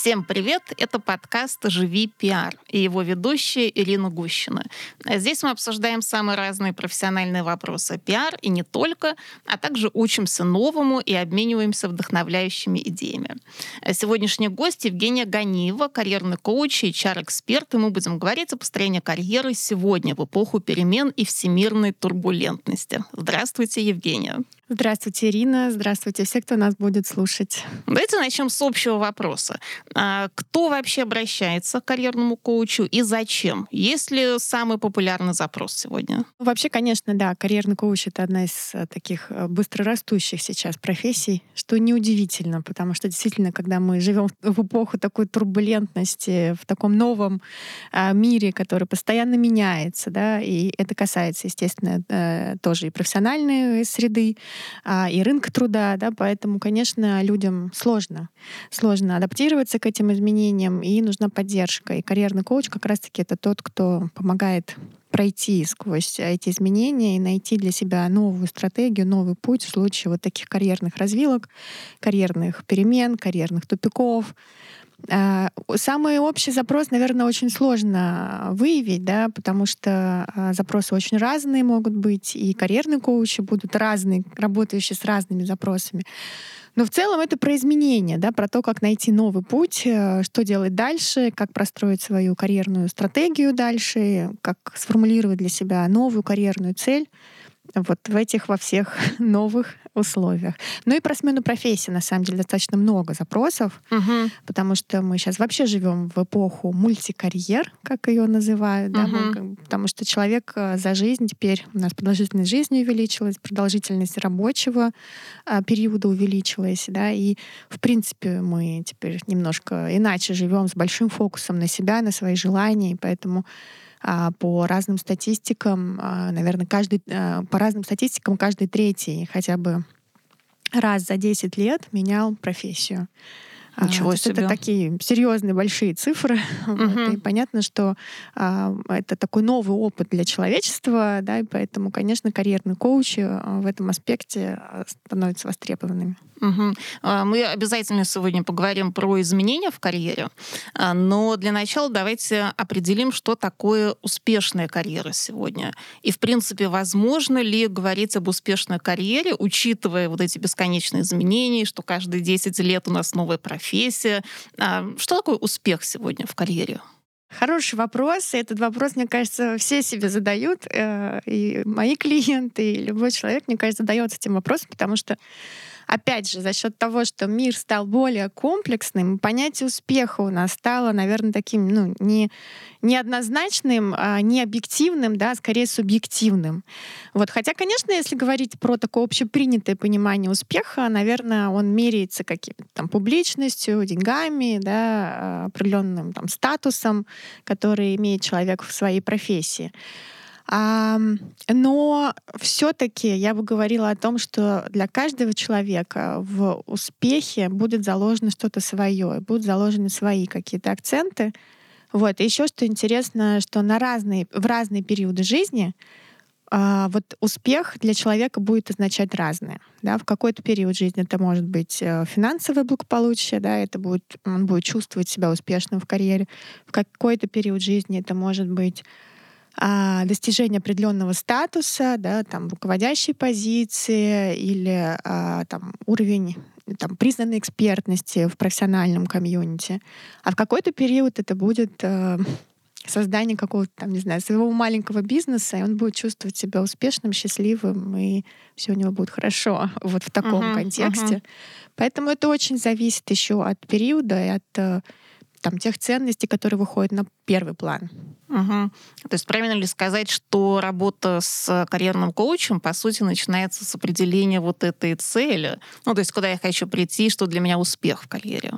Всем привет! Это подкаст «Живи пиар» и его ведущая Ирина Гущина. Здесь мы обсуждаем самые разные профессиональные вопросы пиар и не только, а также учимся новому и обмениваемся вдохновляющими идеями. Сегодняшний гость Евгения Ганиева, карьерный коуч и HR-эксперт, и мы будем говорить о построении карьеры сегодня, в эпоху перемен и всемирной турбулентности. Здравствуйте, Евгения. Здравствуйте, Ирина. Здравствуйте все, кто нас будет слушать. Давайте начнем с общего вопроса. Кто вообще обращается к карьерному коучу и зачем? Есть ли самый популярный запрос сегодня? Вообще, конечно, да, карьерный коуч — это одна из таких быстрорастущих сейчас профессий, что неудивительно, потому что действительно, когда мы живем в эпоху такой турбулентности, в таком новом мире, который постоянно меняется, да, и это касается, естественно, тоже и профессиональной среды, и рынка труда, да, поэтому, конечно, людям сложно адаптироваться к этим изменениям, и нужна поддержка. И карьерный коуч как раз-таки это тот, кто помогает пройти сквозь эти изменения и найти для себя новую стратегию, новый путь в случае вот таких карьерных развилок, карьерных перемен, карьерных тупиков. Самый общий запрос, наверное, очень сложно выявить, да, потому что запросы очень разные могут быть, и карьерные коучи будут разные, работающие с разными запросами. Но в целом это про изменения, да, про то, как найти новый путь, что делать дальше, как простроить свою карьерную стратегию дальше, как сформулировать для себя новую карьерную цель вот во всех новых условиях. Ну и про смену профессии, на самом деле, достаточно много запросов, потому что мы сейчас вообще живем в эпоху мультикарьер, как ее называют, да, потому что человек за жизнь теперь, у нас продолжительность жизни увеличилась, продолжительность рабочего периода увеличилась, да, и в принципе мы теперь немножко иначе живем, с большим фокусом на себя, на свои желания, и поэтому по разным статистикам, наверное, по разным статистикам каждый третий хотя бы раз за 10 лет менял профессию. Ничего себе. Это такие серьезные большие цифры. Вот, и понятно, что это такой новый опыт для человечества, да, и поэтому, конечно, карьерные коучи в этом аспекте становятся востребованными. Мы обязательно сегодня поговорим про изменения в карьере, но для начала давайте определим, что такое успешная карьера сегодня. И, в принципе, возможно ли говорить об успешной карьере, учитывая вот эти бесконечные изменения, что каждые 10 лет у нас новая профессия. Что такое успех сегодня в карьере? Хороший вопрос. И этот вопрос, мне кажется, все себе задают. И мои клиенты, и любой человек, мне кажется, задается этим вопросом, потому что опять же, за счет того, что мир стал более комплексным, понятие успеха у нас стало, наверное, таким, не однозначным, не объективным, да, а скорее субъективным. Вот. Хотя, конечно, если говорить про такое общепринятое понимание успеха, наверное, он меряется каким-то там публичностью, деньгами, да, определенным там статусом, который имеет человек в своей профессии. Но все-таки я бы говорила о том, что для каждого человека в успехе будет заложено что-то свое, будут заложены свои какие-то акценты. Вот. И еще что интересно, что в разные периоды жизни вот успех для человека будет означать разное. Да? В какой-то период жизни это может быть финансовое благополучие, да, он будет чувствовать себя успешным в карьере. В какой-то период жизни это может быть достижение определенного статуса, да, там, руководящей позиции или там, уровень там, признанной экспертности в профессиональном комьюнити. А в какой-то период это будет создание какого-то, там, не знаю, своего маленького бизнеса, и он будет чувствовать себя успешным, счастливым, и все у него будет хорошо вот в таком контексте. Поэтому это очень зависит еще от периода и от там, тех ценностей, которые выходят на первый план. То есть правильно ли сказать, что работа с карьерным коучем, по сути, начинается с определения вот этой цели? То есть куда я хочу прийти, что для меня успех в карьере?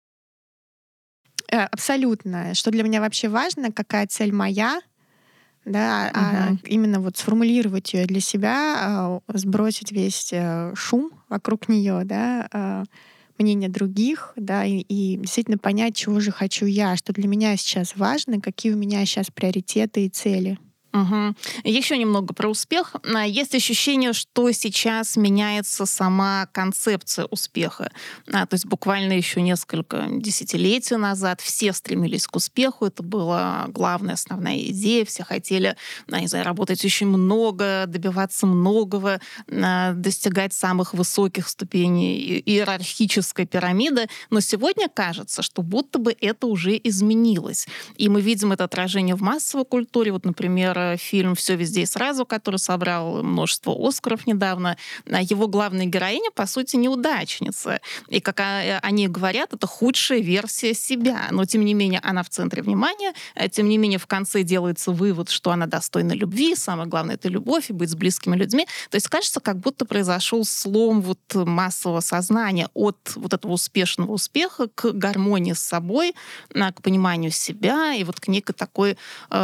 Абсолютно. Что для меня вообще важно, какая цель моя, да, именно вот сформулировать ее для себя, сбросить весь шум вокруг нее, да, мнение других, да, и действительно понять, чего же хочу я, что для меня сейчас важно, какие у меня сейчас приоритеты и цели. Мгм. Еще немного про успех. Есть ощущение, что сейчас меняется сама концепция успеха. То есть буквально еще несколько десятилетий назад все стремились к успеху. Это была главная, основная идея. Все хотели, не знаю, работать очень много, добиваться многого, достигать самых высоких ступеней иерархической пирамиды. Но сегодня кажется, что будто бы это уже изменилось. И мы видим это отражение в массовой культуре. Вот, например, фильм «Все везде и сразу», который собрал множество Оскаров недавно. Его главная героиня, по сути, неудачница. И, как они говорят, это худшая версия себя. Но, тем не менее, она в центре внимания. Тем не менее, в конце делается вывод, что она достойна любви. Самое главное — это любовь и быть с близкими людьми. То есть кажется, как будто произошел слом вот массового сознания от вот этого успешного успеха к гармонии с собой, к пониманию себя и вот к некой такой,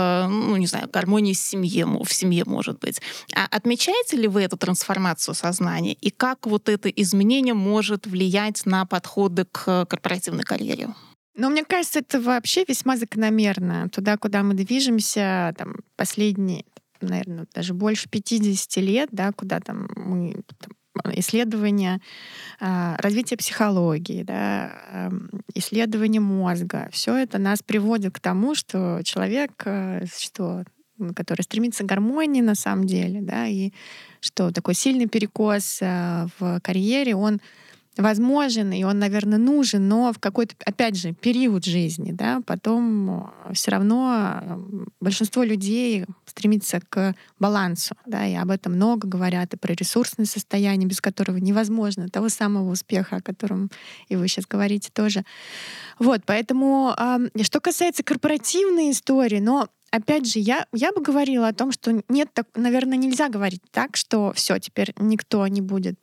не знаю, гармонии в семье, может быть. А отмечаете ли вы эту трансформацию сознания? И как вот это изменение может влиять на подходы к корпоративной карьере? Но мне кажется, это вообще весьма закономерно. Туда, куда мы движемся, там, последние, наверное, даже больше 50 лет, да, куда там мы исследования развития психологии, да, исследования мозга. Все это нас приводит к тому, что человек существо, который стремится к гармонии на самом деле, да, и что такой сильный перекос в карьере, он возможен, и он, наверное, нужен, но в какой-то, опять же, период жизни, да, потом все равно большинство людей стремится к балансу, да, и об этом много говорят, и про ресурсное состояние, без которого невозможно того самого успеха, о котором и вы сейчас говорите тоже. Вот, поэтому, что касается корпоративной истории, но опять же, я бы говорила о том, что нет, наверное, нельзя говорить так, что все, теперь никто не будет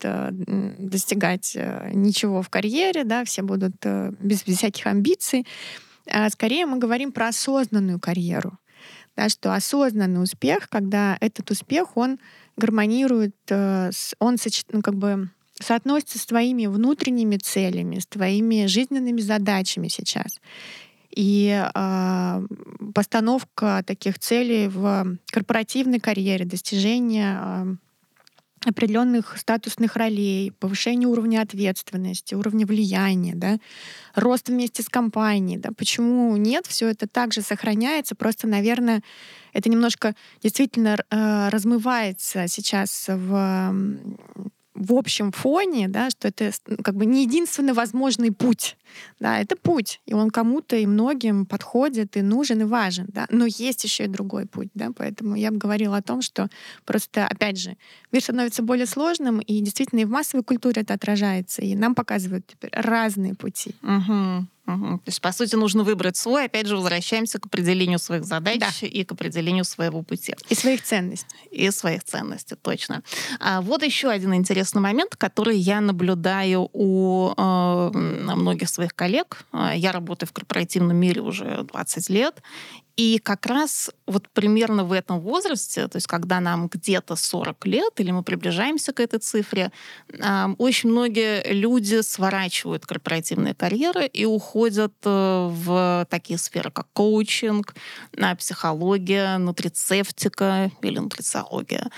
достигать ничего в карьере, да, все будут без всяких амбиций. Скорее мы говорим про осознанную карьеру, да, что осознанный успех, когда этот успех, он гармонирует, как бы соотносится с твоими внутренними целями, с твоими жизненными задачами сейчас. И постановка таких целей в корпоративной карьере, достижение определенных статусных ролей, повышение уровня ответственности, уровня влияния, да, рост вместе с компанией. Да. Почему нет? Все это также сохраняется. Просто, наверное, это немножко действительно размывается сейчас в общем фоне, да, что это как бы не единственный возможный путь. Да, это путь, и он кому-то и многим подходит, и нужен, и важен. Да, но есть еще и другой путь. Да, поэтому я бы говорила о том, что просто, опять же, мир становится более сложным, и действительно и в массовой культуре это отражается, и нам показывают теперь разные пути. Угу. То есть, по сути, нужно выбрать свой. Опять же, возвращаемся к определению своих задач, да, и к определению своего пути. И своих ценностей. И своих ценностей, точно. Вот еще один интересный момент, который я наблюдаю у многих своих коллег. Я работаю в корпоративном мире уже 20 лет. И как раз вот примерно в этом возрасте, то есть когда нам где-то 40 лет, или мы приближаемся к этой цифре, очень многие люди сворачивают корпоративные карьеры и уходят в такие сферы, как коучинг, психология, нутрицептика или нутрициология,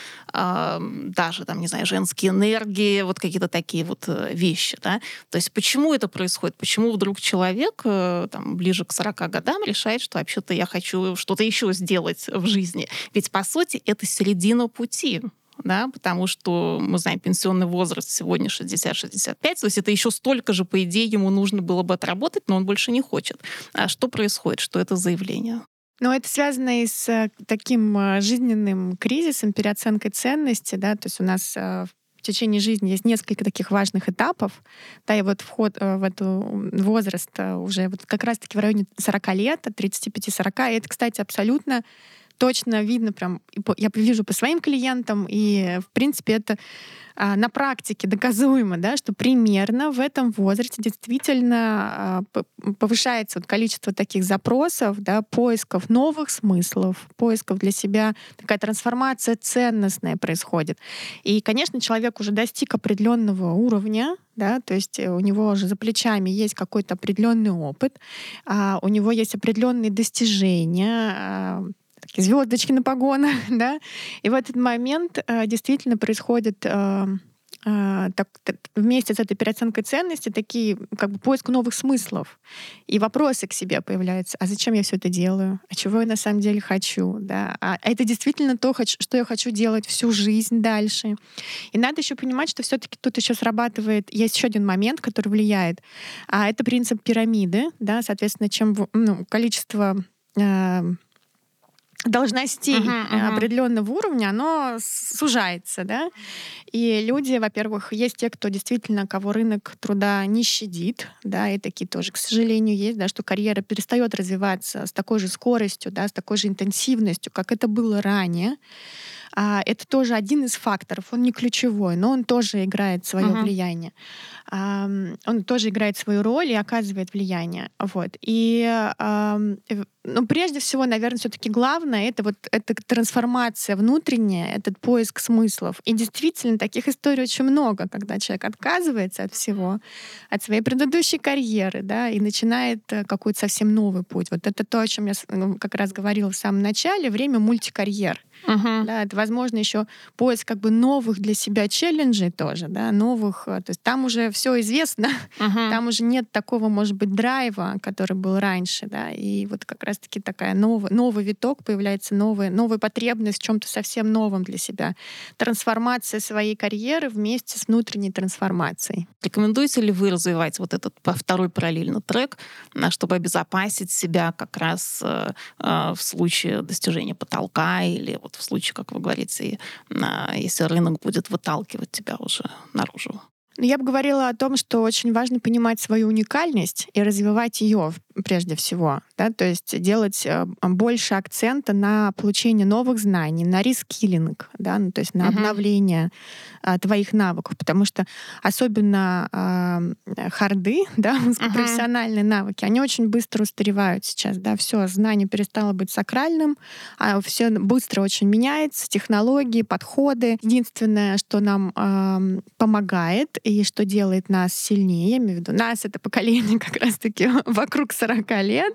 даже, там, не знаю, женские энергии, вот какие-то такие вот вещи. Да? То есть почему это происходит? Почему вдруг человек там, ближе к 40 годам решает, что вообще-то я хочу что-то еще сделать в жизни? Ведь, по сути, это середина пути. Да, потому что, мы знаем, пенсионный возраст сегодня 60-65, то есть это еще столько же, по идее, ему нужно было бы отработать, но он больше не хочет. А что происходит? Что это за явление? Но это связано и с таким жизненным кризисом, переоценкой ценности. Да? То есть у нас в течение жизни есть несколько таких важных этапов, да, и вот вход в этот возраст уже вот как раз-таки в районе 40 лет, от 35-40, и это, кстати, абсолютно точно видно, прям я вижу по своим клиентам, и, в принципе, это на практике доказуемо, да, что примерно в этом возрасте действительно повышается вот количество таких запросов, да, поисков новых смыслов, поисков для себя, такая трансформация ценностная происходит. И, конечно, человек уже достиг определенного уровня, да, то есть у него уже за плечами есть какой-то определенный опыт, у него есть определенные достижения, звездочки на погонах, да. И в этот момент действительно происходит вместе с этой переоценкой ценностей такие как бы поиск новых смыслов. И вопросы к себе появляются. А зачем я все это делаю? А чего я на самом деле хочу? Да? А это действительно то, что я хочу делать всю жизнь дальше. И надо еще понимать, что все-таки тут еще срабатывает, есть еще один момент, который влияет. А это принцип пирамиды. Да? Соответственно, чем количество должностей определенного уровня, оно сужается, да. И люди, во-первых, есть те, кто действительно, кого рынок труда не щадит, да, и такие тоже, к сожалению, есть, да, что карьера перестает развиваться с такой же скоростью, да, с такой же интенсивностью, как это было ранее. Это тоже один из факторов, он не ключевой, но он тоже играет свое влияние. Он тоже играет свою роль и оказывает влияние. Вот. И прежде всего, наверное, все-таки главное это трансформация внутренняя, этот поиск смыслов. И действительно, таких историй очень много, когда человек отказывается от всего, от своей предыдущей карьеры, да, и начинает какой-то совсем новый путь. Вот это то, о чем я как раз говорила в самом начале, время мультикарьер. Да, это, возможно, еще поиск как бы новых для себя челленджей тоже, да, новых. То есть там уже все известно, там уже нет такого, может быть, драйва, который был раньше, да, и вот как раз-таки такая новый виток, появляется новая потребность в чем-то совсем новом для себя. Трансформация своей карьеры вместе с внутренней трансформацией. Рекомендуете ли вы развивать вот этот второй параллельный трек, чтобы обезопасить себя как раз в случае достижения потолка или вот в случае, как вы говорите, если рынок будет выталкивать тебя уже наружу? Я бы говорила о том, что очень важно понимать свою уникальность и развивать ее прежде всего. Да? То есть делать больше акцента на получение новых знаний, на рескиллинг, да? То есть на обновление твоих навыков. Потому что особенно харды, да, узкопрофессиональные навыки, они очень быстро устаревают сейчас. Да? Все, знание перестало быть сакральным, все быстро очень меняется, технологии, подходы. Единственное, что нам помогает и что делает нас сильнее, я имею в виду нас, это поколение как раз-таки вокруг 40 лет,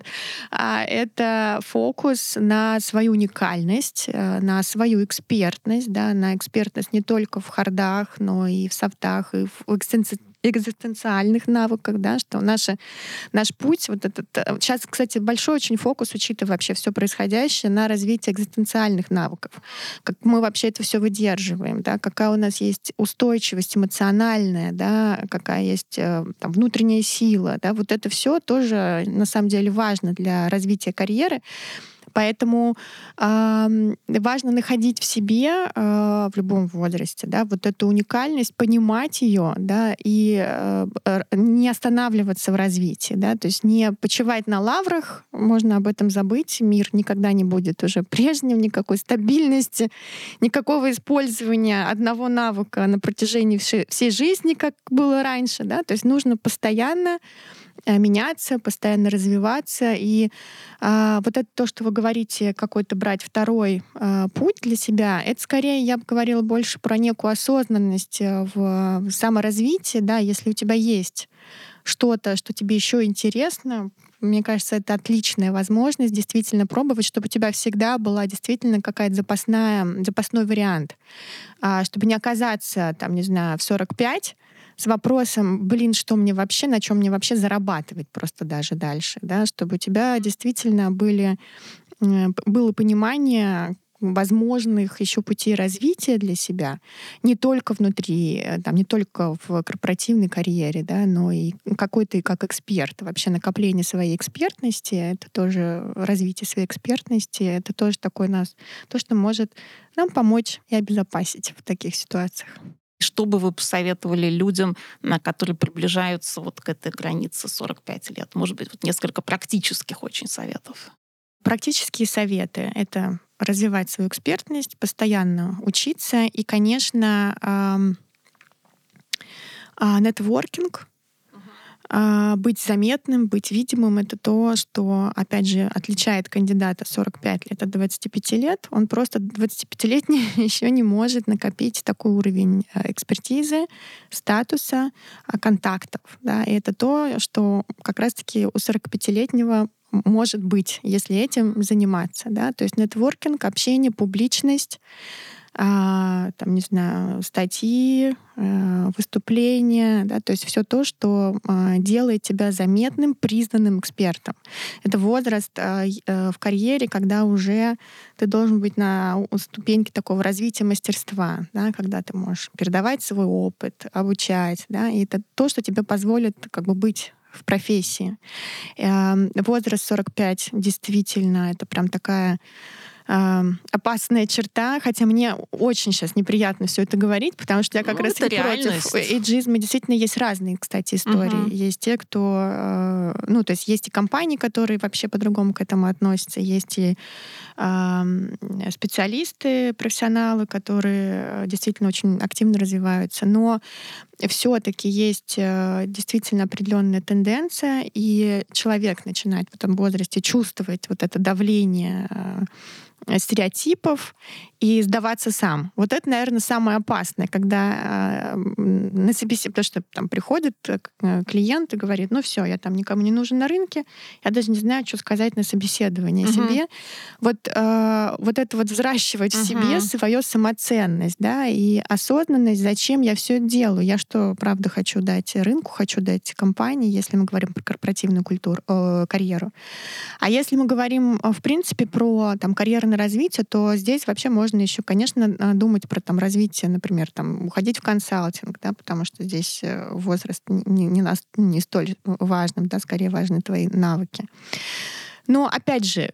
это фокус на свою уникальность, на свою экспертность, да, на экспертность не только в хардах, но и в софтах, и в экзистенциальных навыках, да, что наш путь, вот этот... Сейчас, кстати, большой очень фокус, учитывая вообще все происходящее, на развитие экзистенциальных навыков. Как мы вообще это все выдерживаем, да, какая у нас есть устойчивость эмоциональная, да, какая есть там, внутренняя сила, да, вот это все тоже на самом деле важно для развития карьеры. Поэтому важно находить в себе в любом возрасте, да, вот эту уникальность, понимать ее, да, и не останавливаться в развитии, да, то есть не почивать на лаврах, можно об этом забыть, мир никогда не будет уже прежним, никакой стабильности, никакого использования одного навыка на протяжении всей жизни, как было раньше, да, то есть нужно постоянно меняться, постоянно развиваться. И вот это то, что вы говорите, какой-то брать второй путь для себя, это скорее, я бы говорила, больше про некую осознанность в саморазвитии, да, если у тебя есть что-то, что тебе еще интересно, мне кажется, это отличная возможность действительно пробовать, чтобы у тебя всегда была действительно какая-то запасной вариант. Чтобы не оказаться, там, не знаю, в 45 с вопросом, что мне вообще, на чем мне вообще зарабатывать просто даже дальше, да, чтобы у тебя действительно было понимание возможных еще путей развития для себя, не только внутри, там, не только в корпоративной карьере, да, но и какой-то как эксперт. Вообще накопление своей экспертности, это тоже развитие своей экспертности, это тоже такое то, что может нам помочь и обезопасить в таких ситуациях. Что бы вы посоветовали людям, которые приближаются вот к этой границе 45 лет? Может быть, вот несколько практических очень советов. Практические советы — это развивать свою экспертность, постоянно учиться и, конечно, нетворкинг, Быть заметным, быть видимым — это то, что, опять же, отличает кандидата 45 лет от 25 лет. Он просто 25-летний еще не может накопить такой уровень экспертизы, статуса, контактов. Да? И это то, что как раз-таки у 45-летнего может быть, если этим заниматься. Да? То есть нетворкинг, общение, публичность, там, не знаю, статьи, выступления, да, то есть все то, что делает тебя заметным, признанным экспертом. Это возраст в карьере, когда уже ты должен быть на ступеньке такого развития мастерства, да, когда ты можешь передавать свой опыт, обучать, да, и это то, что тебе позволит как бы быть в профессии. Возраст 45 действительно это прям такая опасная черта, хотя мне очень сейчас неприятно все это говорить, потому что я как раз это и против реальность. эйджизма. Действительно, есть разные, кстати, истории. Мгм. Есть те, кто... то есть есть и компании, которые вообще по-другому к этому относятся, есть и специалисты, профессионалы, которые действительно очень активно развиваются. Но все-таки есть действительно определенная тенденция, и человек начинает в этом возрасте чувствовать вот это давление стереотипов и сдаваться сам. Вот это, наверное, самое опасное, когда на собеседовании, потому что там приходит клиент и говорит, ну все, я там никому не нужен на рынке, я даже не знаю, что сказать на собеседовании о Мгм. себе. Вот это вот взращивать в себе Мгм. свою самоценность, да, и осознанность, зачем я все это делаю. Я что, правда, хочу дать рынку, хочу дать компании, если мы говорим про корпоративную культуру, карьеру. А если мы говорим, в принципе, про там, карьерное развитие, то здесь вообще можно еще, конечно, думать про там, развитие, например, там, уходить в консалтинг, да, потому что здесь возраст не столь важным, да, скорее важны твои навыки. Но, опять же,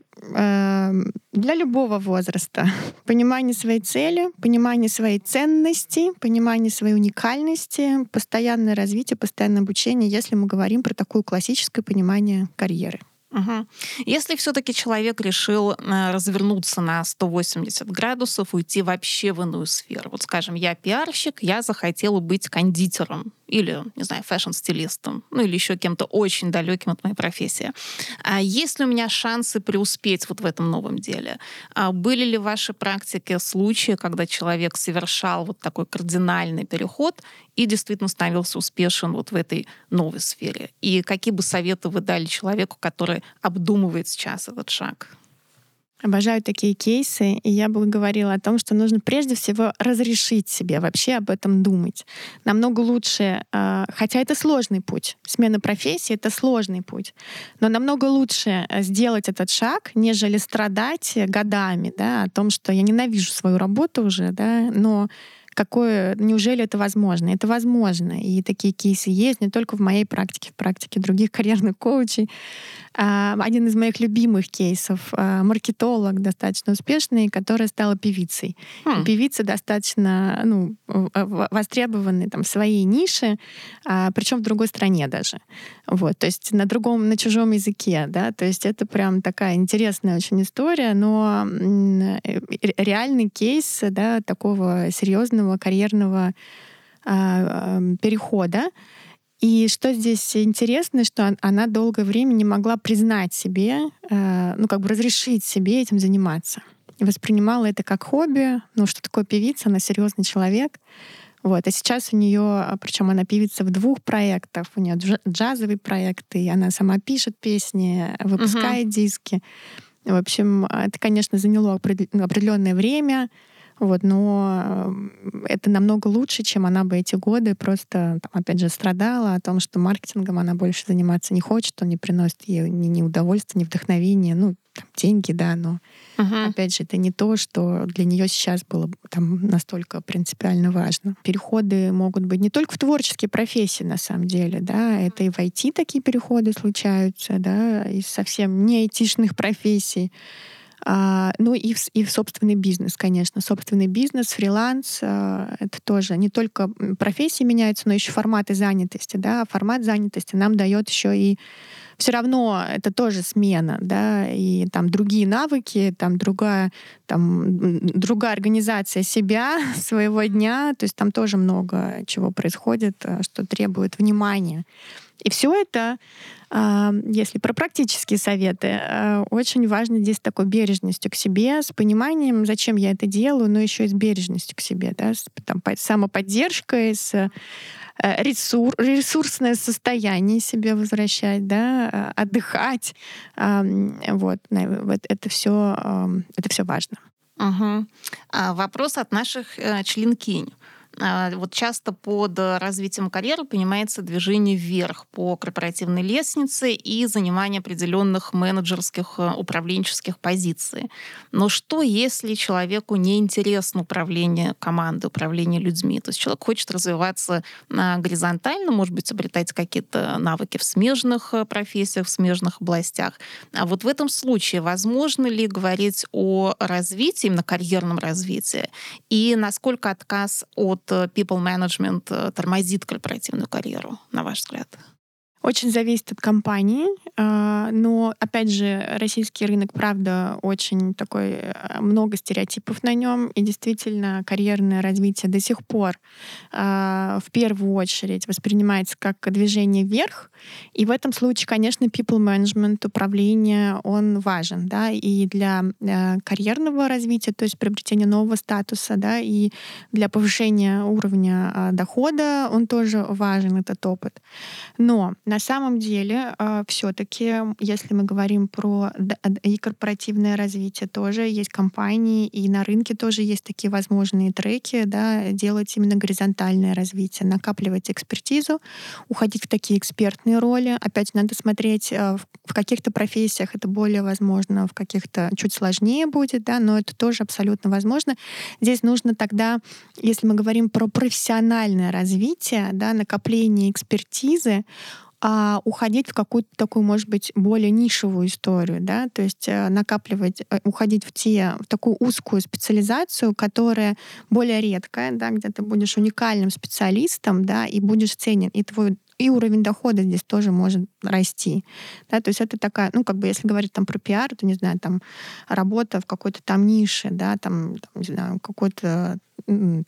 для любого возраста понимание своей цели, понимание своей ценности, понимание своей уникальности, постоянное развитие, постоянное обучение, если мы говорим про такое классическое понимание карьеры. Мгм. Если все-таки человек решил развернуться на 180 градусов, уйти вообще в иную сферу. Вот, скажем, я пиарщик, я захотела быть кондитером или, не знаю, фэшн-стилистом, ну или еще кем-то очень далеким от моей профессии. А есть ли у меня шансы преуспеть вот в этом новом деле? Были ли в вашей практике случаи, когда человек совершал вот такой кардинальный переход и действительно становился успешен вот в этой новой сфере? И какие бы советы вы дали человеку, который обдумывает сейчас этот шаг? Обожаю такие кейсы, и я бы говорила о том, что нужно прежде всего разрешить себе вообще об этом думать. Намного лучше, хотя это сложный путь, смена профессии — это сложный путь, но намного лучше сделать этот шаг, нежели страдать годами, да, о том, что я ненавижу свою работу уже, да, но неужели это возможно? Это возможно. И такие кейсы есть не только в моей практике, в практике других карьерных коучей. Один из моих любимых кейсов — маркетолог достаточно успешный, которая стала певицей. И Хм. певицы достаточно востребованы там, в своей нише, причем в другой стране даже. Вот, то есть на чужом языке. Да? То есть это прям такая интересная очень история, но реальный кейс, да, такого серьезного карьерного перехода. И что здесь интересно, что она долгое время не могла признать себе, разрешить себе этим заниматься. И воспринимала это как хобби. Ну, что такое певица? Она серьезный человек. Вот. А сейчас у нее, причем она певица в 2 проектах, у нее джазовые проекты, и она сама пишет песни, Мгм. выпускает диски. В общем, это, конечно, заняло определенное время, вот, но это намного лучше, чем она бы эти годы просто, там, опять же, страдала о том, что маркетингом она больше заниматься не хочет, он не приносит ей ни удовольствия, ни вдохновения, ну, там, деньги, да, но, Мгм. опять же, это не то, что для нее сейчас было там настолько принципиально важно. Переходы могут быть не только в творческие профессии, на самом деле, да, это и в IT такие переходы случаются, да, из совсем не айтишных профессий. Ну и в собственный бизнес, конечно. Собственный бизнес, фриланс, это тоже не только профессии меняются, но еще форматы занятости. Да? Формат занятости нам дает еще и все равно это тоже смена, да, и там другие навыки, там другая организация себя, своего дня, то есть там тоже много чего происходит, что требует внимания. И все это, если про практические советы, очень важно здесь такой бережностью к себе, с пониманием, зачем я это делаю, но еще и с бережностью к себе, да, с самоподдержкой, с ресурсное состояние себе возвращать, да, отдыхать. Вот это все важно. Угу. Вопрос от наших членкинь. Вот часто под развитием карьеры понимается движение вверх по корпоративной лестнице и занимание определенных менеджерских, управленческих позиций. Но что, если человеку не интересно управление командой, управление людьми? То есть человек хочет развиваться горизонтально, может быть, обретать какие-то навыки в смежных профессиях, в смежных областях. А вот в этом случае возможно ли говорить о развитии, именно карьерном развитии, и насколько отказ от people management тормозит корпоративную карьеру, на ваш взгляд? Очень зависит от компании, но, опять же, российский рынок, правда, очень такой, много стереотипов на нем, и действительно карьерное развитие до сих пор в первую очередь воспринимается как движение вверх, и в этом случае, конечно, people management, управление, он важен, да, и для карьерного развития, то есть приобретения нового статуса, да, и для повышения уровня дохода он тоже важен, этот опыт. Но на самом деле, все-таки, если мы говорим про и корпоративное развитие, тоже есть компании, и на рынке тоже есть такие возможные треки, да, делать именно горизонтальное развитие, накапливать экспертизу, уходить в такие экспертные роли. Опять надо смотреть, в каких-то профессиях это более возможно, в каких-то чуть сложнее будет, да, но это тоже абсолютно возможно. Здесь нужно тогда, если мы говорим про профессиональное развитие, да, накопление экспертизы, уходить в какую-то такую, может быть, более нишевую историю, да, то есть накапливать, уходить в такую узкую специализацию, которая более редкая, да, где ты будешь уникальным специалистом, да, и будешь ценен, и твой и уровень дохода здесь тоже может расти. Да, то есть это такая, ну, как бы, если говорить там про пиар, то, не знаю, там, работа в какой-то там нише, да, там не знаю, какой-то... Ну,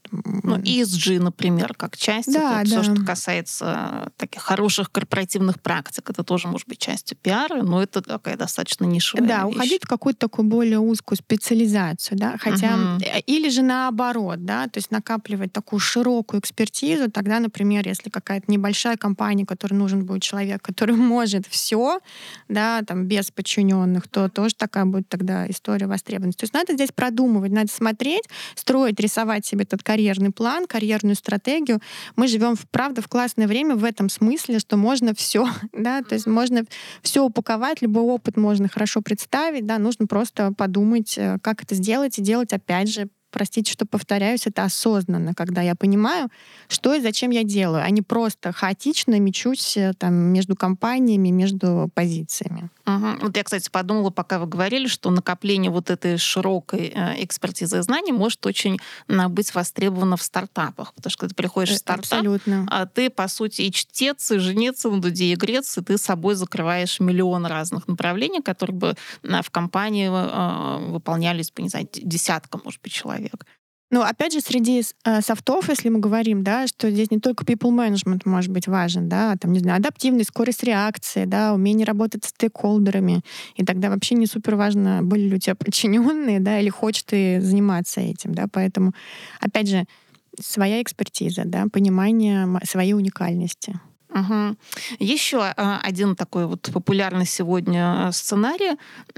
ESG, например, как часть. Да, это да. все, что касается таких хороших корпоративных практик. Это тоже может быть частью пиара, но это такая достаточно нишевая Да, вещь. уходить в какую-то такую более узкую специализацию, да, хотя Мгм. или же наоборот, да, то есть накапливать такую широкую экспертизу, тогда, например, если какая-то небольшая компания, которой нужен будет человек, который может все, да, там без подчиненных, то тоже такая будет тогда история востребованности. То есть надо здесь продумывать, надо смотреть, строить, рисовать себе этот карьерный план, карьерную стратегию. Мы живем, правда, в классное время в этом смысле, что можно все, да, то есть можно все упаковать, любой опыт можно хорошо представить, да, нужно просто подумать, как это сделать, и делать, опять же, простите, что повторяюсь, это осознанно, когда я понимаю, что и зачем я делаю, а не просто хаотично мечусь там между компаниями, между позициями. Мгм. Вот я, кстати, подумала, пока вы говорили, что накопление вот этой широкой экспертизы и знаний может очень быть востребовано в стартапах. Потому что когда ты приходишь в стартап, Абсолютно. ты, по сути, и чтец, и жнец, и на дуде игрец, и ты собой закрываешь миллион разных направлений, которые бы в компании выполнялись, не знаю, десятком, может быть, человек. Ну, опять же, среди софтов, если мы говорим, да, что здесь не только people management может быть важен, да, там, не знаю, адаптивность, скорость реакции, да, умение работать с стейкхолдерами, и тогда вообще не супер важно, были ли у тебя подчиненные, да, или хочешь ты заниматься этим, да, поэтому, опять же, своя экспертиза, да, понимание своей уникальности. Мгм. Еще один такой вот популярный сегодня сценарий.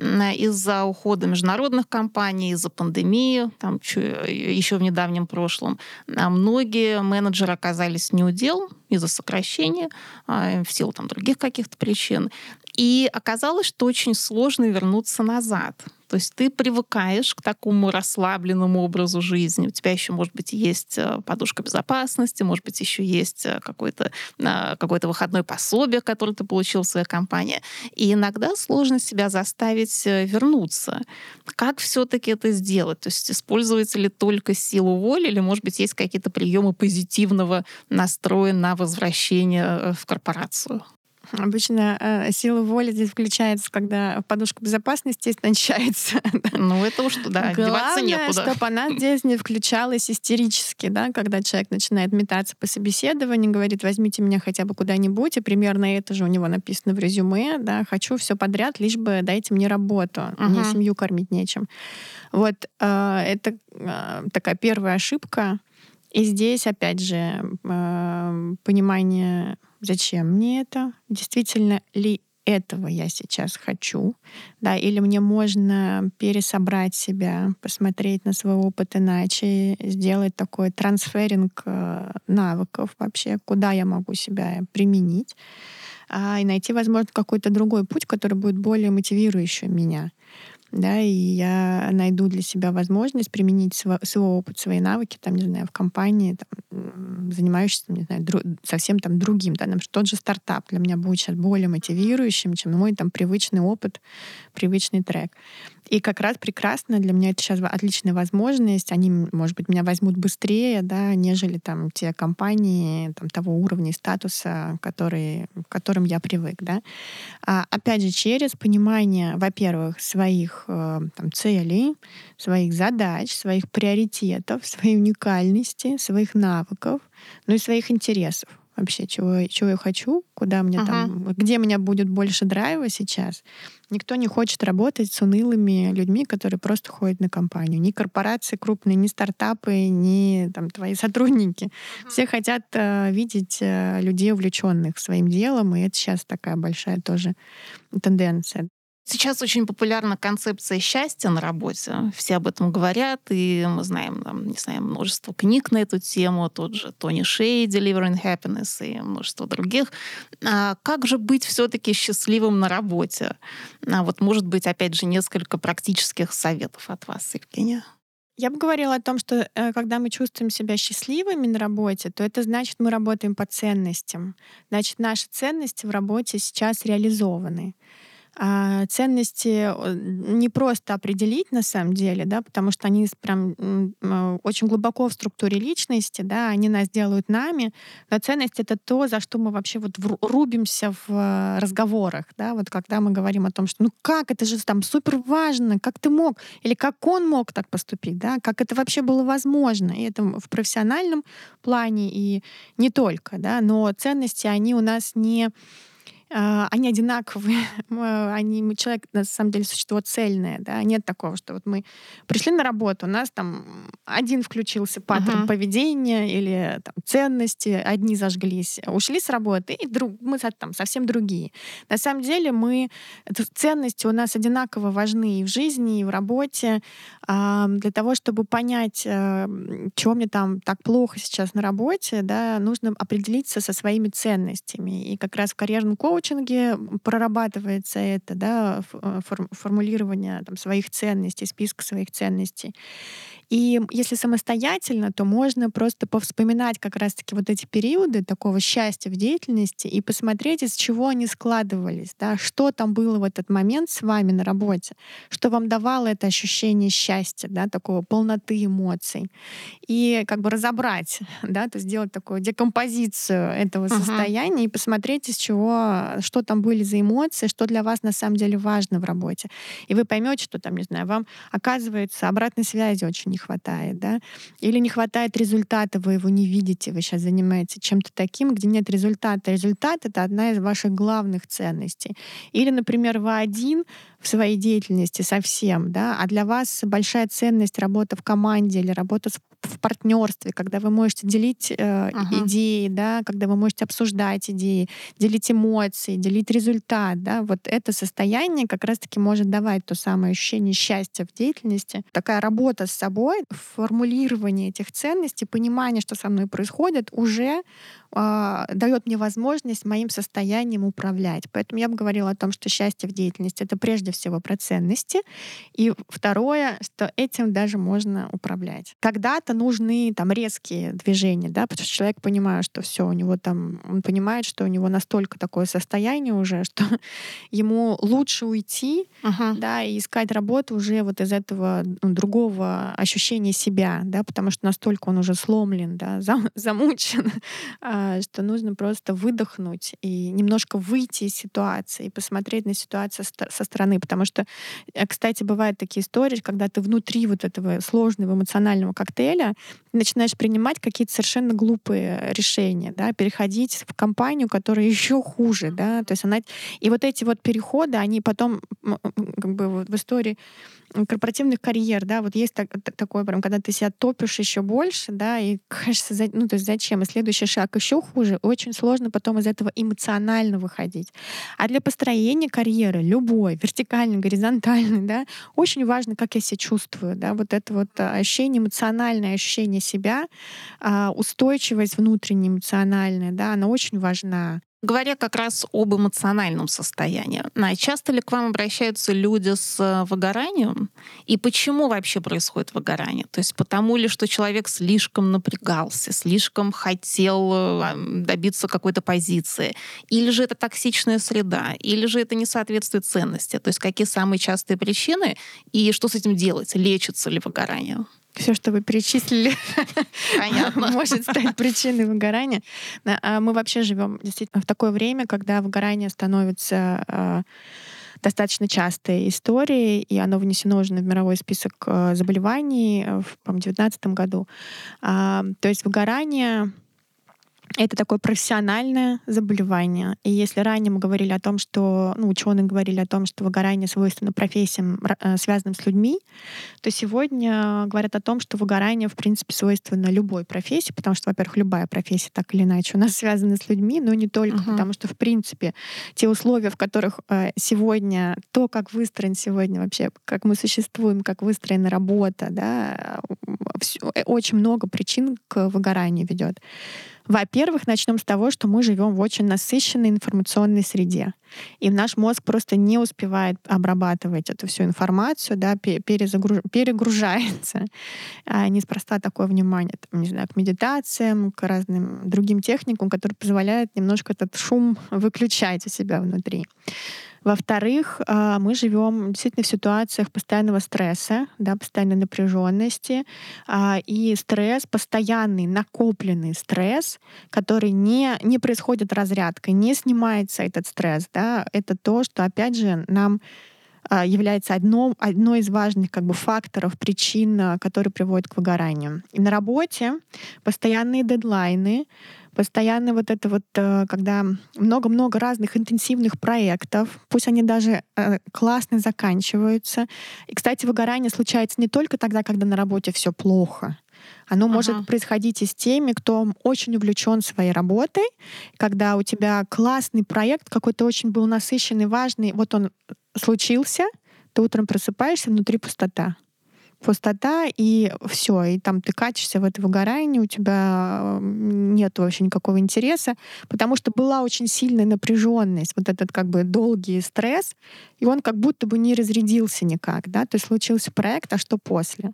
Из-за ухода международных компаний, из-за пандемии, там еще в недавнем прошлом, многие менеджеры оказались не у дел из-за сокращения, в силу там других каких-то причин. И оказалось, что очень сложно вернуться назад. То есть ты привыкаешь к такому расслабленному образу жизни. У тебя еще, может быть, есть подушка безопасности, может быть, еще есть какое-то выходное пособие, которое ты получил в своей компании. И иногда сложно себя заставить вернуться. Как все-таки это сделать? То есть используется ли только силу воли, или, может быть, есть какие-то приемы позитивного настроя на возвращение в корпорацию? Обычно сила воли здесь включается, когда подушка безопасности истончается. Ну, это уж туда, деваться Главное, некуда. чтобы она здесь не включалась истерически, да, когда человек начинает метаться по собеседованию, говорит, возьмите меня хотя бы куда-нибудь, и примерно это же у него написано в резюме, да, хочу все подряд, лишь бы дайте мне работу, мне Мгм. семью кормить нечем. Вот это такая первая ошибка. И здесь, опять же, понимание, зачем мне это, действительно ли этого я сейчас хочу, да, или мне можно пересобрать себя, посмотреть на свой опыт иначе, сделать такой трансферинг навыков вообще, куда я могу себя применить, и найти, возможно, какой-то другой путь, который будет более мотивирующий меня. Да, и я найду для себя возможность применить свой опыт, свои навыки, там, не знаю, в компании, там, занимающейся, не знаю, совсем там другим, да, например, тот же стартап для меня будет сейчас более мотивирующим, чем мой там привычный опыт, привычный трек. И как раз прекрасно для меня это сейчас отличная возможность. Они, может быть, меня возьмут быстрее, да, нежели там те компании там, того уровня и статуса, к которым я привык, да. Опять же, через понимание, во-первых, своих там, целей, своих задач, своих приоритетов, своей уникальности, своих навыков, ну и своих интересов. Вообще, чего я хочу, куда мне Мгм. там, где меня будет больше драйва сейчас. Никто не хочет работать с унылыми людьми, которые просто ходят на компанию. Ни корпорации крупные, ни стартапы, ни там, твои сотрудники. Все хотят видеть людей, увлеченных своим делом, и это сейчас такая большая тоже тенденция. Сейчас очень популярна концепция счастья на работе. Все об этом говорят, и мы знаем, там, не знаю, множество книг на эту тему, тот же Тони Шей, Delivering Happiness и множество других. Как же быть все-таки счастливым на работе? Вот, может быть, опять же, несколько практических советов от вас, Евгения. Я бы говорила о том, что когда мы чувствуем себя счастливыми на работе, то это значит, мы работаем по ценностям. Значит, наши ценности в работе сейчас реализованы. Ценности не просто определить на самом деле, да, потому что они прям очень глубоко в структуре личности, да, они нас делают нами. Но ценность — это то, за что мы вообще вот рубимся в разговорах, да, вот когда мы говорим о том, что ну как, это же там супер важно, как ты мог, или как он мог так поступить, да, как это вообще было возможно. И это в профессиональном плане и не только, да, но ценности, они у нас не они одинаковые. Человек, на самом деле, существо цельное. Да? Нет такого, что вот мы пришли на работу, у нас там один включился паттерн Мгм. поведения или там, ценности, одни зажглись, ушли с работы, и мы там совсем другие. На самом деле ценности у нас одинаково важны и в жизни, и в работе. Для того, чтобы понять, чего мне там так плохо сейчас на работе, да, нужно определиться со своими ценностями. И как раз в карьерном коучинге прорабатывается это, да, формулирование там, своих ценностей, списка своих ценностей. И если самостоятельно, то можно просто повспоминать как раз-таки вот эти периоды такого счастья в деятельности и посмотреть, из чего они складывались, да, что там было в этот момент с вами на работе, что вам давало это ощущение счастья, да, такого полноты эмоций. И как бы разобрать, да, то есть сделать такую декомпозицию этого Мгм. состояния и посмотреть, из чего, что там были за эмоции, что для вас на самом деле важно в работе. И вы поймете, что там, не знаю, вам, оказывается, обратной связи очень не хватает, да, или не хватает результата, вы его не видите, вы сейчас занимаетесь чем-то таким, где нет результата. Результат — это одна из ваших главных ценностей. Или, например, вы один в своей деятельности совсем, да, а для вас большая ценность работа в команде или работа в партнерстве, когда вы можете делить Мгм. идеи, да, когда вы можете обсуждать идеи, делить эмоции, делить результат, да, вот это состояние как раз-таки может давать то самое ощущение счастья в деятельности. Такая работа с собой, формулирование этих ценностей, понимание, что со мной происходит, уже дает мне возможность моим состоянием управлять. Поэтому я бы говорила о том, что счастье в деятельности — это прежде прежде всего про ценности. И второе, что этим даже можно управлять. Когда-то нужны там резкие движения, да, потому что человек понимает, что все у него там, он понимает, что у него настолько такое состояние уже, что ему лучше уйти, да, и искать работу уже вот из этого другого ощущения себя, да, потому что настолько он уже сломлен, да, замучен, что нужно просто выдохнуть и немножко выйти из ситуации и посмотреть на ситуацию со стороны. Потому что, кстати, бывают такие истории, когда ты внутри вот этого сложного эмоционального коктейля начинаешь принимать какие-то совершенно глупые решения, да, переходить в компанию, которая еще хуже, да, то есть она... И вот эти вот переходы, они потом как бы вот в истории корпоративных карьер, да, вот есть такое прям, когда ты себя топишь еще больше, да, и кажется, ну, то есть зачем? И следующий шаг еще хуже. Очень сложно потом из этого эмоционально выходить. А для построения карьеры, любой, вертикальной, горизонтальной, да, очень важно, как я себя чувствую, да, вот это вот ощущение, эмоциональное ощущение себя, устойчивость внутренняя эмоциональная, да, она очень важна. Говоря как раз об эмоциональном состоянии, часто ли к вам обращаются люди с выгоранием? И почему вообще происходит выгорание? То есть потому ли, что человек слишком напрягался, слишком хотел добиться какой-то позиции? Или же это токсичная среда? Или же это не соответствует ценности? То есть какие самые частые причины и что с этим делать? Лечится ли выгорание? Все, что вы перечислили, может стать причиной выгорания. Мы вообще живем действительно в такое время, когда выгорание становится достаточно частой историей, и оно внесено уже в мировой список заболеваний в 2019 году. То есть выгорание — это такое профессиональное заболевание. И если ранее мы говорили о том, что, ученые говорили о том, что выгорание свойственно профессиям, связанным с людьми, то сегодня говорят о том, что выгорание, в принципе, свойственно любой профессии, потому что, во-первых, любая профессия так или иначе у нас связана с людьми, но не только, потому что, в принципе, те условия, в которых сегодня, то, как выстроен сегодня вообще, как мы существуем, как выстроена работа, да, очень много причин к выгоранию ведет. Во-первых, начнем с того, что мы живем в очень насыщенной информационной среде. И наш мозг просто не успевает обрабатывать эту всю информацию, да, перегружается. Неспроста такое внимание, не знаю, к медитациям, к разным другим техникам, которые позволяют немножко этот шум выключать у себя внутри. Во-вторых, мы живем действительно в ситуациях постоянного стресса, да, постоянной напряженности. И стресс, постоянный накопленный стресс, который не происходит разрядкой, не снимается этот стресс. Да, это то, что, опять же, нам является одной из важных факторов, причин, которые приводят к выгоранию. И на работе постоянные дедлайны, постоянно когда много-много разных интенсивных проектов, пусть они даже классно заканчиваются. И, кстати, выгорание случается не только тогда, когда на работе все плохо. Оно может происходить и с теми, кто очень увлечен своей работой, когда у тебя классный проект, какой-то очень был насыщенный, важный, вот он случился, ты утром просыпаешься, внутри пустота. Пустота, и все, и там ты катишься в это выгорание, у тебя нет вообще никакого интереса, потому что была очень сильная напряженность, вот этот долгий стресс, и он как будто бы не разрядился никак, да, то есть случился проект, а что после?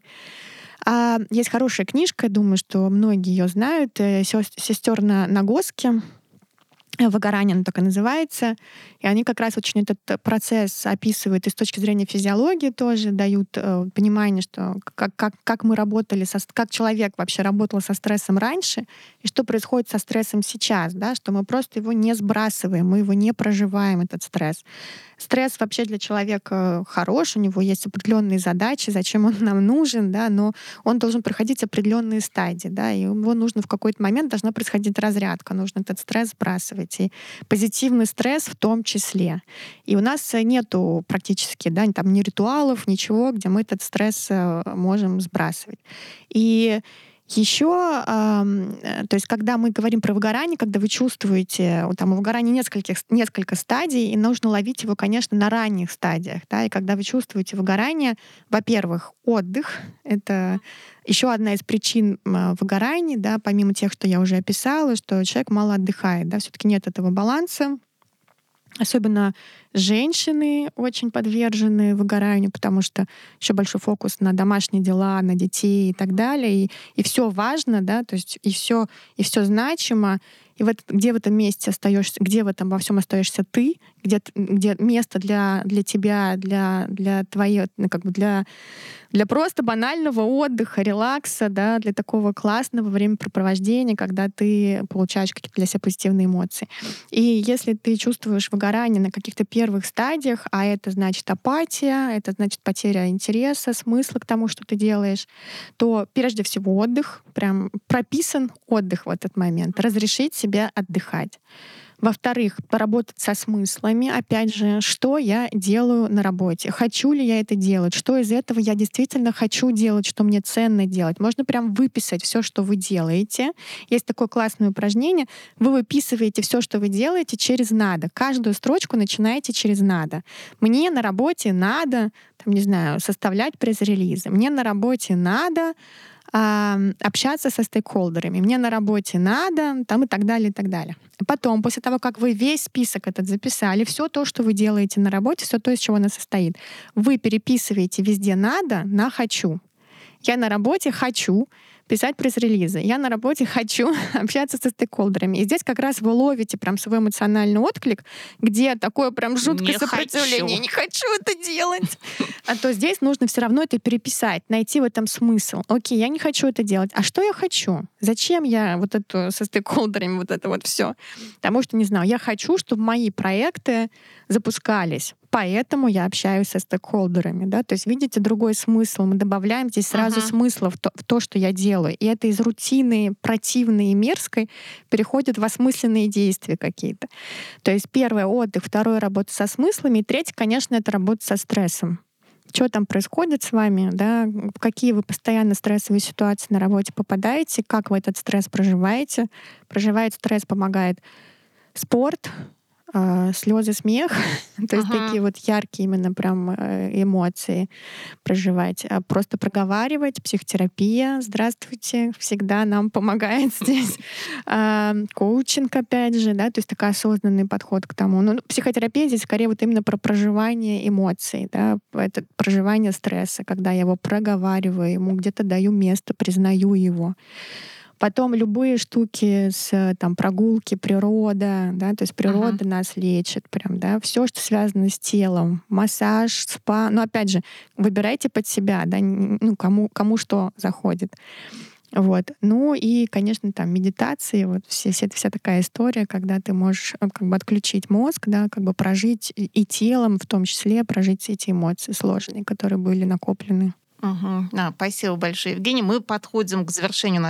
Есть хорошая книжка, я думаю, что многие ее знают, сестер Нагоски. Выгорание, оно так и называется. И они как раз очень этот процесс описывают и с точки зрения физиологии тоже дают понимание, что как мы работали, как человек вообще работал со стрессом раньше, и что происходит со стрессом сейчас, да, что мы просто его не сбрасываем, мы его не проживаем, этот стресс. Стресс вообще для человека хорош, у него есть определенные задачи, зачем он нам нужен, да, но он должен проходить определенные стадии, да, и его нужно в какой-то момент должна происходить разрядка, нужно этот стресс сбрасывать. И позитивный стресс в том числе. И у нас нету практически, да, там ни ритуалов, ничего, где мы этот стресс можем сбрасывать. И еще, то есть, когда мы говорим про выгорание, когда вы чувствуете, там у выгорания несколько стадий, и нужно ловить его, конечно, на ранних стадиях. Да, и когда вы чувствуете выгорание, во-первых, отдых — это еще одна из причин выгораний, да, помимо тех, что я уже описала, что человек мало отдыхает, да, все-таки нет этого баланса. Особенно женщины очень подвержены выгоранию, потому что еще большой фокус на домашние дела, на детей и так далее. И все важно, да, то есть и все значимо. И вот где в этом месте остаешься, где в этом во всем остаешься ты, где место для тебя, для твоей, ну, как бы для просто банального отдыха, релакса, да, для такого классного времяпрепровождения, когда ты получаешь какие-то для себя позитивные эмоции. И если ты чувствуешь выгорание на каких-то первых стадиях, а это значит апатия, это значит потеря интереса, смысла к тому, что ты делаешь, то прежде всего отдых, прям прописан отдых в этот момент, разрешить себе отдыхать. Во-вторых, поработать со смыслами. Опять же, что я делаю на работе? Хочу ли я это делать? Что из этого я действительно хочу делать, что мне ценно делать? Можно прям выписать все, что вы делаете. Есть такое классное упражнение. Вы выписываете все, что вы делаете, через «надо». Каждую строчку начинаете через «надо». Мне на работе надо, там, не знаю, составлять пресс-релизы. Мне на работе надо общаться со стейкхолдерами. Мне на работе надо, там и так далее, и так далее. Потом, после того, как вы весь список этот записали, все то, что вы делаете на работе, все то, из чего она состоит, вы переписываете везде «надо» на «хочу». Я на работе хочу писать пресс-релизы. Я на работе хочу общаться со стейкхолдерами. И здесь как раз вы ловите прям свой эмоциональный отклик, где такое прям жуткое сопротивление. Не хочу это делать. А то здесь нужно все равно это переписать, найти в этом смысл. Окей, я не хочу это делать. А что я хочу? Зачем я вот это со стейкхолдерами вот это вот все? Потому что, не знаю, я хочу, чтобы мои проекты запускались. Поэтому я общаюсь со стейкхолдерами. Да? То есть, видите, другой смысл. Мы добавляем здесь сразу смысла в то, что я делаю. И это из рутины противной и мерзкой переходит в осмысленные действия какие-то. То есть первое — отдых, второе — работа со смыслами, и третье, конечно, это работа со стрессом. Что там происходит с вами, да, в какие вы постоянно стрессовые ситуации на работе попадаете, как вы этот стресс проживаете. Проживать стресс помогает спорт, слезы, смех, то есть такие вот яркие именно прям эмоции проживать. Просто проговаривать, психотерапия, здравствуйте, всегда нам помогает здесь. Коучинг, опять же, да, то есть такой осознанный подход к тому. Ну, психотерапия здесь скорее вот именно про проживание эмоций, да, это проживание стресса, когда я его проговариваю, ему где-то даю место, признаю его. Потом любые штуки с там, прогулки, природа, да, то есть природа нас лечит прям, да, все, что связано с телом, массаж, спа. Но опять же, выбирайте под себя, да, ну, кому что заходит. Вот. Ну и, конечно, там медитации, вот вся такая история, когда ты можешь как бы отключить мозг, да, как бы прожить и телом, в том числе прожить все эти эмоции сложные, которые были накоплены. Спасибо большое, Евгений. Мы подходим к завершению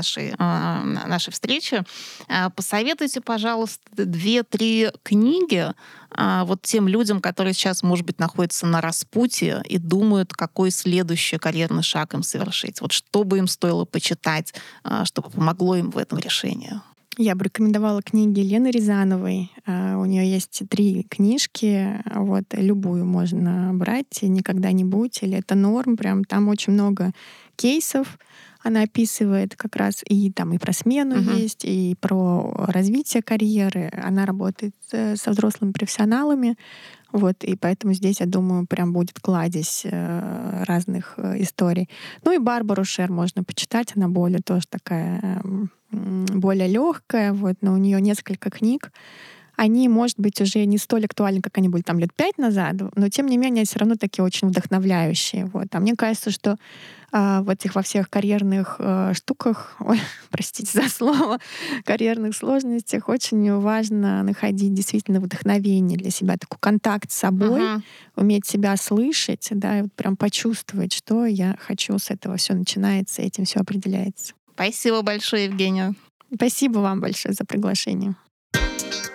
нашей встречи. Посоветуйте, пожалуйста, 2-3 книги вот тем людям, которые сейчас, может быть, находятся на распутье и думают, какой следующий карьерный шаг им совершить. Вот что бы им стоило почитать, чтобы помогло им в этом решении? Я бы рекомендовала книги Лены Рязановой. У нее есть 3 книжки. Вот, любую можно брать. «Никогда не будь» или «Это норм». Прям там очень много кейсов. Она описывает как раз и там и про смену есть, и про развитие карьеры. Она работает со взрослыми профессионалами. Вот, и поэтому здесь, я думаю, прям будет кладезь разных историй. Ну и Барбару Шер можно почитать. Она более тоже такая более легкая, вот, но у нее несколько книг. Они, может быть, уже не столь актуальны, как они были там лет 5 назад, но тем не менее все равно такие очень вдохновляющие. Вот. А мне кажется, что в этих во всех карьерных штуках, простите за слово, карьерных сложностях очень важно находить действительно вдохновение для себя, такой контакт с собой, уметь себя слышать, да, и вот прям почувствовать, что я хочу, с этого все начинается, этим все определяется. Спасибо большое, Евгения. Спасибо вам большое за приглашение.